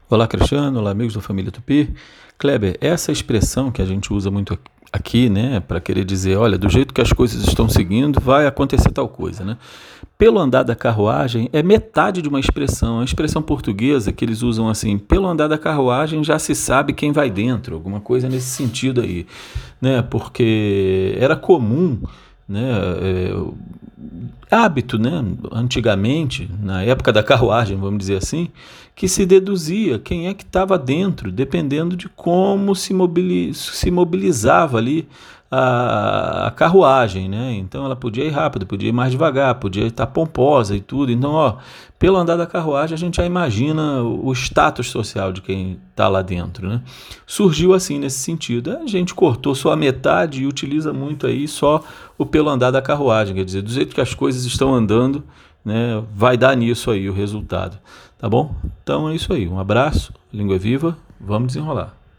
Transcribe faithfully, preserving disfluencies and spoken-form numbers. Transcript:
Olá, Cristiano. Olá, amigos da família Tupi. Kleber, essa expressão que a gente usa muito aqui, né, para querer dizer, olha, do jeito que as coisas estão seguindo, vai acontecer tal coisa, né? Pelo andar da carruagem é metade de uma expressão. A expressão portuguesa que eles usam assim, pelo andar da carruagem já se sabe quem vai dentro, alguma coisa nesse sentido aí, né? Porque era comum, né, é, hábito, né, antigamente, na época da carruagem, vamos dizer assim, que se deduzia quem é que estava dentro, dependendo de como se, mobili se mobilizava ali a, a carruagem, né? Então ela podia ir rápido, podia ir mais devagar, podia estar pomposa e tudo. Então, ó, pelo andar da carruagem a gente já imagina o, o status social de quem está lá dentro, né? Surgiu assim nesse sentido. A gente cortou só a metade e utiliza muito aí só o pelo andar da carruagem, quer dizer, do jeito que as coisas estão andando, né, vai dar nisso aí o resultado, tá bom? Então é isso aí, um abraço, língua viva, vamos desenrolar.